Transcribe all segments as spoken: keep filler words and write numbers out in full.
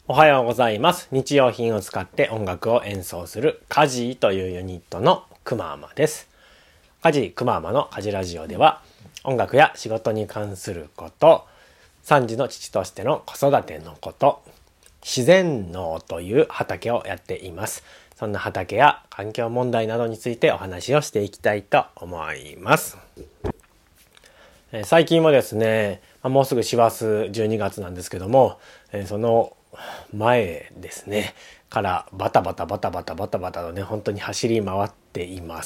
おはようございます。日用品を使って音楽を演奏するカジーというユニットのくまーまです。カジーくまーまのカジラジオでは音楽や仕事に関すること、さん児の父としての子育てのこと、自然農という畑をやっています。そんな畑や環境問題などについてお話をしていきたいと思います。最近もですね、もうすぐ師走じゅうにがつなんですけども、その前ですねからバタバタバタバタバタバタとね本当に走り回っています。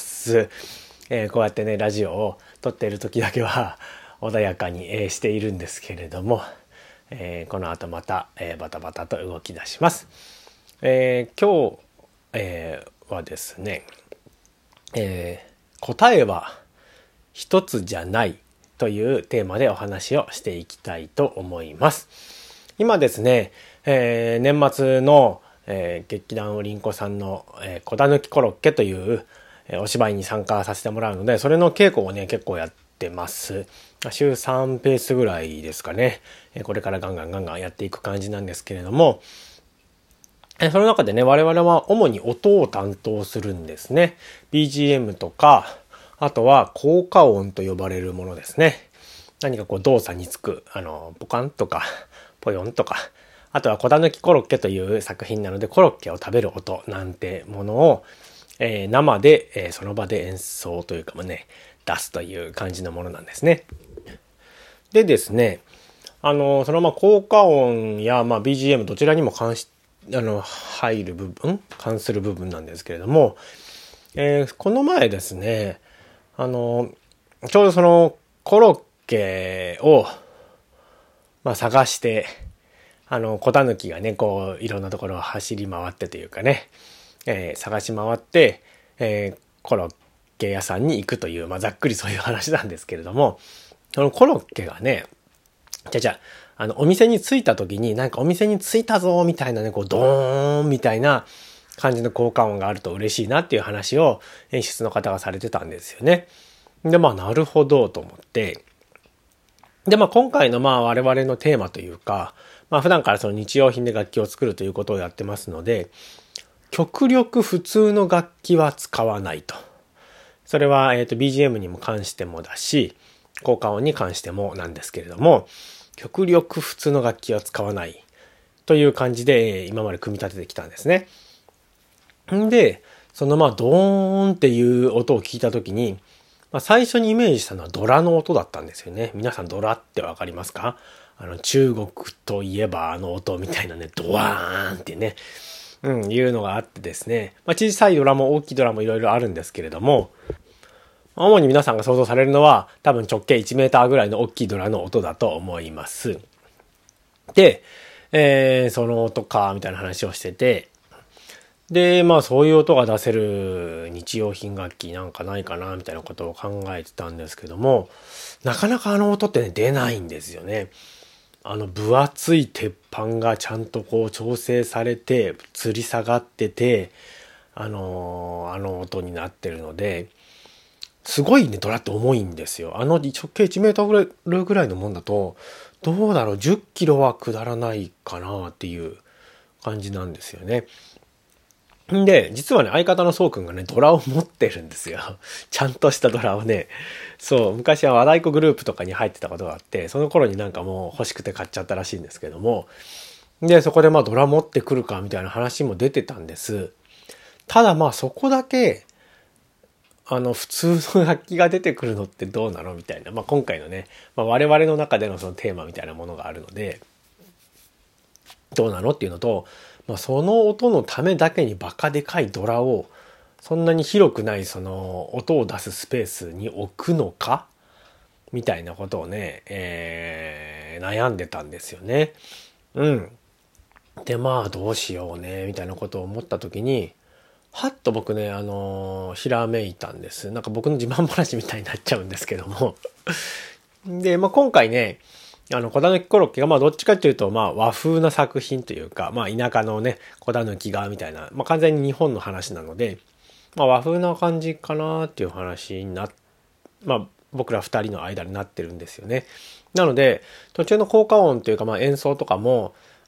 えー、こうやってねラジオを撮っている時だけは穏やかに、えー、しているんですけれども、えー、この後また、えー、バタバタと動き出します。えー、今日、えー、はですね、えー、答えは一つじゃないというテーマでお話をしていきたいと思います。今ですね、えー、年末の、えー、劇団おりんこさんの、えー、こだぬきコロッケという、えー、お芝居に参加させてもらうので、それの稽古をね結構やってます。週さんペースぐらいですかね。えー、これからガンガンガンガンやっていく感じなんですけれども、えー、その中でね我々は主に音を担当するんですね。ビージーエム とか、あとは効果音と呼ばれるものですね。何かこう動作につくあのポカンとかポヨンとか、あとはこだぬきコロッケという作品なのでコロッケを食べる音なんてものを、えー、生で、えー、その場で演奏というかもね出すという感じのものなんですね。でですね、あのそのまま効果音や、まあ、ビージーエム どちらにも関しあの入る部分関する部分なんですけれども、えー、この前ですねあのちょうどそのコロッケをまあ、探してあの小狸がねこういろんなところを走り回ってというかね、えー、探し回って、えー、コロッケ屋さんに行くという、まあ、ざっくりそういう話なんですけれども、そのコロッケがねじゃじゃあのお店に着いた時になんかお店に着いたぞみたいなねこうドーンみたいな感じの効果音があると嬉しいなっていう話を演出の方がされてたんですよね。でまあなるほどと思って、でまあ今回のまあ我々のテーマというか、まあ普段からその日用品で楽器を作るということをやってますので、極力普通の楽器は使わないと。それはえっと ビージーエム にも関してもだし、効果音に関してもなんですけれども、極力普通の楽器は使わないという感じで今まで組み立ててきたんですね。んで、そのまあドーンっていう音を聞いたときに、まあ、最初にイメージしたのはドラの音だったんですよね。皆さんドラってわかりますか？あの中国といえばあの音みたいなね、ドワーンってね、うん、いうのがあってですね。まあ、小さいドラも大きいドラもいろいろあるんですけれども、主に皆さんが想像されるのは多分直径いちメーターぐらいの大きいドラの音だと思います。で、えー、その音かみたいな話をしてて、でまあそういう音が出せる日用品楽器なんかないかなみたいなことを考えてたんですけども、なかなかあの音ってね出ないんですよね。あの分厚い鉄板がちゃんとこう調整されて吊り下がってて、あのー、あの音になってるので、すごいねドラって重いんですよ。あの直径いちメートルぐらいぐらいのもんだとどうだろうじゅっキロは下らないかなっていう感じなんですよね。んで、実はね、相方のそうくんがね、ドラを持ってるんですよ。ちゃんとしたドラをね。そう、昔は和太鼓グループとかに入ってたことがあって、その頃になんかもう欲しくて買っちゃったらしいんですけども。で、そこでまあドラ持ってくるかみたいな話も出てたんです。ただまあそこだけ、あの、普通の楽器が出てくるのってどうなのみたいな。まあ今回のね、まあ、我々の中でのそのテーマみたいなものがあるので、どうなのっていうのと、まあ、その音のためだけにバカでかいドラをそんなに広くないその音を出すスペースに置くのかみたいなことをね、えー、悩んでたんですよね。うん。でまあどうしようねみたいなことを思った時に、はっと僕ねあのー、ひらめいたんです。なんか僕の自慢話みたいになっちゃうんですけどもで、まあ、今回ねあの、小狸コロッケが、まあ、どっちかっていうと、まあ、和風な作品というか、まあ、田舎のね、小狸が、みたいな、まあ、完全に日本の話なので、まあ、和風な感じかなっていう話にな、まあ、僕ら二人の間になってるんですよね。なので、途中の効果音というか、まあ、演奏とかも、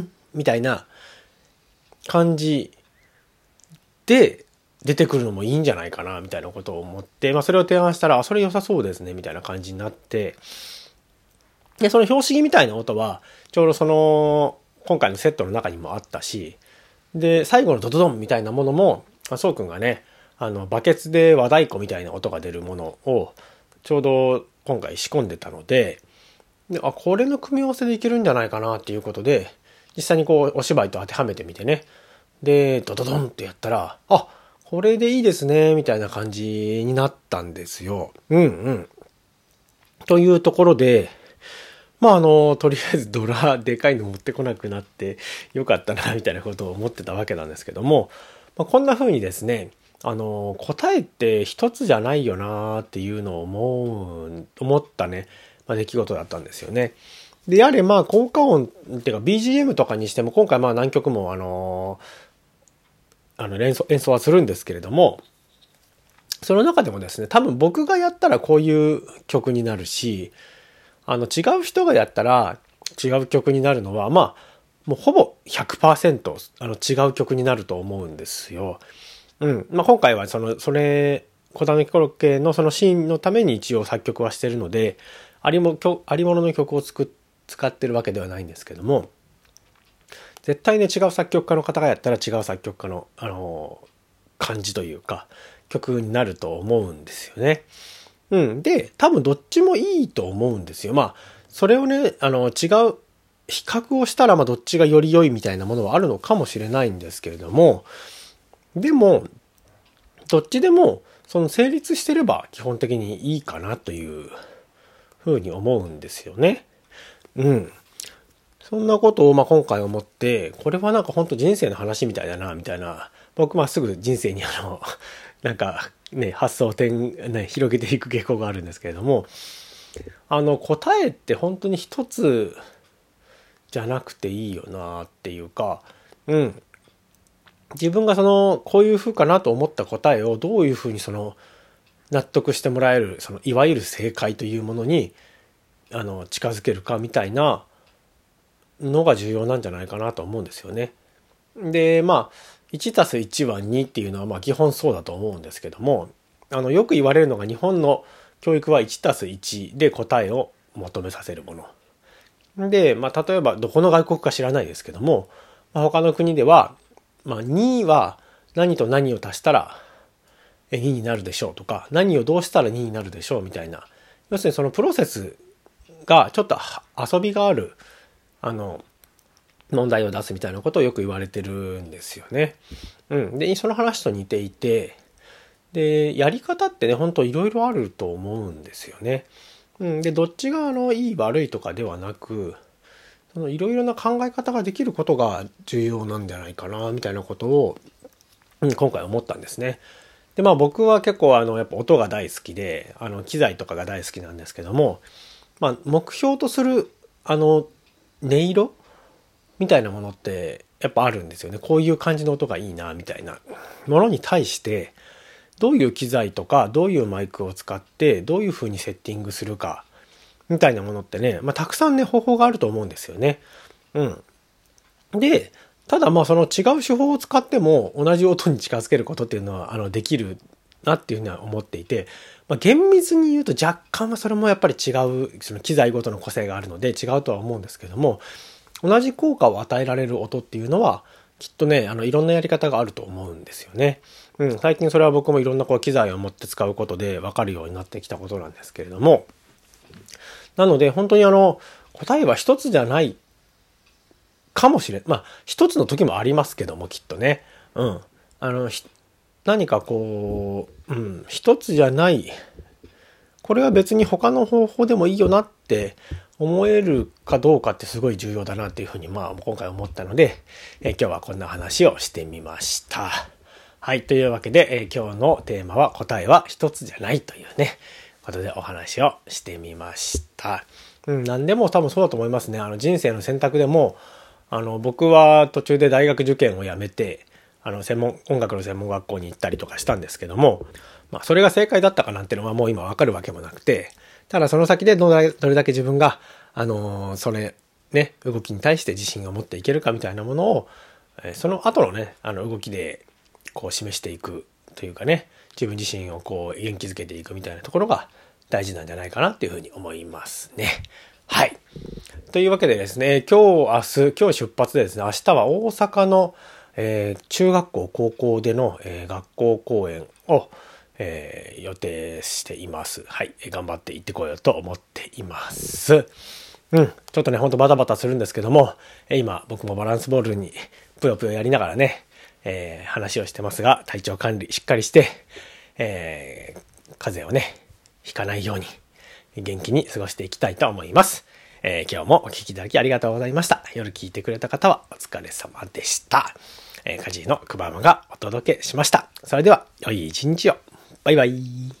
ンみたいな感じで出てくるのもいいんじゃないかなみたいなことを思って、まあそれを提案したら、あ、それ良さそうですねみたいな感じになって、で、その拍子木みたいな音は、ちょうどその、今回のセットの中にもあったし、で、最後のドドドンみたいなものも、そうくんがね、あの、バケツで和太鼓みたいな音が出るものを、ちょうど今回仕込んでたので、で、あ、これの組み合わせでいけるんじゃないかなっていうことで、実際にこう、お芝居と当てはめてみてね、で、ドドドンってやったら、あ、これでいいですね、みたいな感じになったんですよ。うんうん。というところで、まああの、とりあえずドラでかいの持ってこなくなってよかったな、みたいなことを思ってたわけなんですけども、まあ、こんな風にですね、あの、答えって一つじゃないよなっていうのを思う、思ったね、まあ、出来事だったんですよね。で、やれまあ効果音っていうか ビージーエム とかにしても今回まあ何曲もあの、あの演奏、演奏はするんですけれども、その中でもですね、多分僕がやったらこういう曲になるし、あの違う人がやったら違う曲になるのは、まあ、もうほぼ ひゃくパーセント あの違う曲になると思うんですよ。うん。まあ今回はその、それ、小種コロッケのそのシーンのために一応作曲はしてるので、ありも、ありものの曲を作っ、使ってるわけではないんですけども、絶対ね違う作曲家の方がやったら違う作曲家の、あの、感じというか、曲になると思うんですよね。うん。で、多分どっちもいいと思うんですよ。まあ、それをね、あの、違う、比較をしたら、まあ、どっちがより良いみたいなものはあるのかもしれないんですけれども、でも、どっちでも、その成立してれば基本的にいいかなというふうに思うんですよね。うん。そんなことを、まあ、今回思って、これはなんか本当人生の話みたいだな、みたいな。僕、まあ、すぐ人生にあの、なんかね、発想点、ね、広げていく傾向があるんですけれども、あの、答えって本当に一つじゃなくていいよなっていうか、うん。自分がその、こういう風かなと思った答えをどういう風にその、納得してもらえる、その、いわゆる正解というものに、あの、近づけるかみたいなのが重要なんじゃないかなと思うんですよね。で、まあ、いちたすいちはにっていうのはまあ基本そうだと思うんですけども、あの、よく言われるのが日本の教育はいちたすいちで答えを求めさせるもの。で、まあ、例えばどこの外国か知らないですけども、まあ、他の国では、まあ、には何と何を足したらにになるでしょうとか、何をどうしたらにになるでしょうみたいな。要するにそのプロセスがちょっと遊びがある、あの、問題を出すみたいなことをよく言われてるんですよね。うん。で、その話と似ていて、で、やり方ってね、ほんといろいろあると思うんですよね。うん。で、どっちがあの、いい悪いとかではなく、そのいろいろな考え方ができることが重要なんじゃないかな、みたいなことを、うん、今回思ったんですね。で、まあ僕は結構あの、やっぱ音が大好きで、あの、機材とかが大好きなんですけども、まあ目標とする、あの、音色みたいなものってやっぱあるんですよね。こういう感じの音がいいなみたいなものに対してどういう機材とかどういうマイクを使ってどういう風にセッティングするかみたいなものってね、まあ、たくさんね方法があると思うんですよね。うん。で、ただまあその違う手法を使っても同じ音に近づけることっていうのはあのできるなっていうふうには思っていて、まあ、厳密に言うと若干はそれもやっぱり違う、その機材ごとの個性があるので違うとは思うんですけども、同じ効果を与えられる音っていうのはきっとね、あのいろんなやり方があると思うんですよね。うん、最近それは僕もいろんなこう機材を持って使うことで分かるようになってきたことなんですけれども、なので本当にあの答えは一つじゃないかもしれん。まあ一つの時もありますけども、きっとね。うん。あの何かこう、うん、一つじゃない。これは別に他の方法でもいいよなって思えるかどうかってすごい重要だなっていうふうにまあ今回思ったので、え今日はこんな話をしてみました。はい。というわけで、え今日のテーマは答えは一つじゃないというね、ことでお話をしてみました。うん、何でも多分そうだと思いますね。あの人生の選択でも、あの僕は途中で大学受験をやめて、あの専門、音楽の専門学校に行ったりとかしたんですけども、まあそれが正解だったかなんていうのはもう今わかるわけもなくて、ただその先でどれだけ自分が、あのー、それ、ね、動きに対して自信を持っていけるかみたいなものを、その後のね、あの動きでこう示していくというかね、自分自身をこう元気づけていくみたいなところが大事なんじゃないかなっていうふうに思いますね。はい。というわけでですね、今日、明日、今日出発でですね、明日は大阪の、えー、中学校、高校での、えー、学校公演を、えー、予定しています。はい。頑張って行ってこようと思っています。うん。ちょっとね、ほんとバタバタするんですけども、今、僕もバランスボールにぷよぷよやりながらね、えー、話をしてますが、体調管理しっかりして、えー、風邪をね、ひかないように、元気に過ごしていきたいと思います。えー、今日もお聞きいただきありがとうございました。夜聞いてくれた方はお疲れ様でした。えー、カジーのくばまがお届けしました。それでは、良い一日を。バイバイ。